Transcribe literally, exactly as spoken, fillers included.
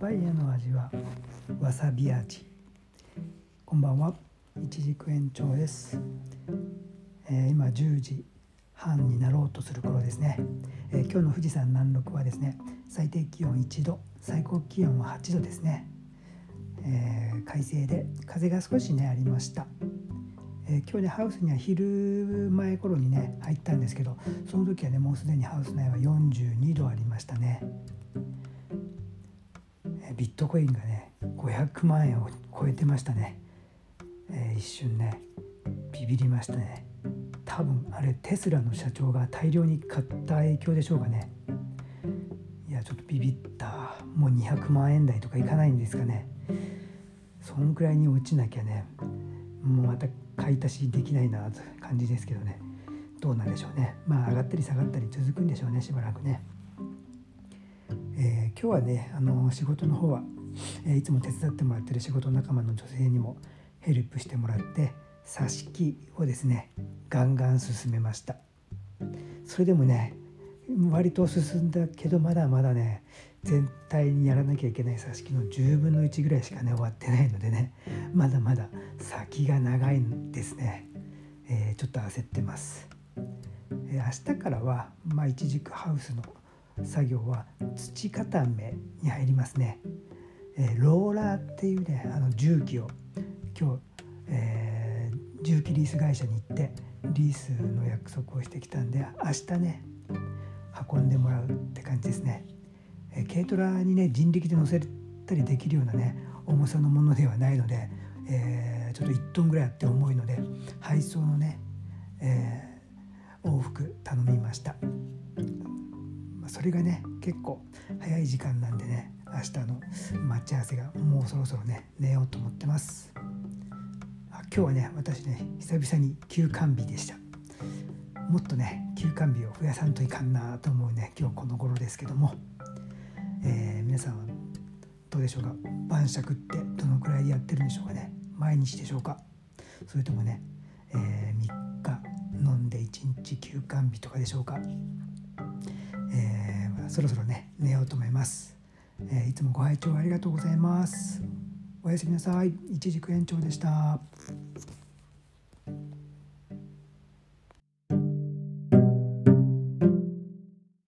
パイヤの味はわさび味。こんばんは、いちじく園長です。えー、今じゅうじはんになろうとする頃ですね。えー、今日の富士山南麓はですね、最低気温いちど、最高気温ははちどですね。えー、快晴で風が少しねありました。えー、今日ねハウスには昼前頃にね入ったんですけど、その時はねもうすでにハウス内はよんじゅうにどありましたね。えー、ビットコインがねごひゃくまんえんを超えてましたね。えー、一瞬ねビビりましたね。多分あれテスラの社長が大量に買った影響でしょうかね。いやちょっとビビった。もうにひゃくまんえん台とかいかないんですかね。そんくらいに落ちなきゃねもうまた買い足しできないなという感じですけどね。どうなんでしょうね。まあ上がったり下がったり続くんでしょうね、しばらくね。えー、今日はねあの仕事の方は、えー、いつも手伝ってもらってる仕事仲間の女性にもヘルプしてもらって挿し木をですねガンガン進めました。それでもね割と進んだけどまだまだね全体にやらなきゃいけない挿し木のじゅうぶんのいちぐらいしかね終わってないのでね、まだまだ先が長いんですね。えー、ちょっと焦ってます。えー、明日からはまあいちじくハウスの作業は土固めに入りますね。えー、ローラーっていうねあの重機を今日、えー、重機リース会社に行ってリースの約束をしてきたんで、明日ね運んでもらうって感じですね。えー、軽トラにね人力で乗せたりできるようなね重さのものではないので、えー、ちょっといちトンぐらいあって重いので配送のね、えー、往復頼みました。それがね結構早い時間なんでね、明日の待ち合わせがもうそろそろね寝ようと思ってます。あ今日はね私ね久々に休館日でした。もっとね休館日を増やさんといかんなと思うね今日この頃ですけども、えー、皆さんはどうでしょうか。晩酌ってどのくらいやってるんでしょうかね。毎日でしょうか、それともね、えー、みっか飲んでいちにち休館日とかでしょうか。えー、そろそろね寝ようと思います。えー、いつもご拝聴ありがとうございます。おやすみなさい。いちじく園長でした。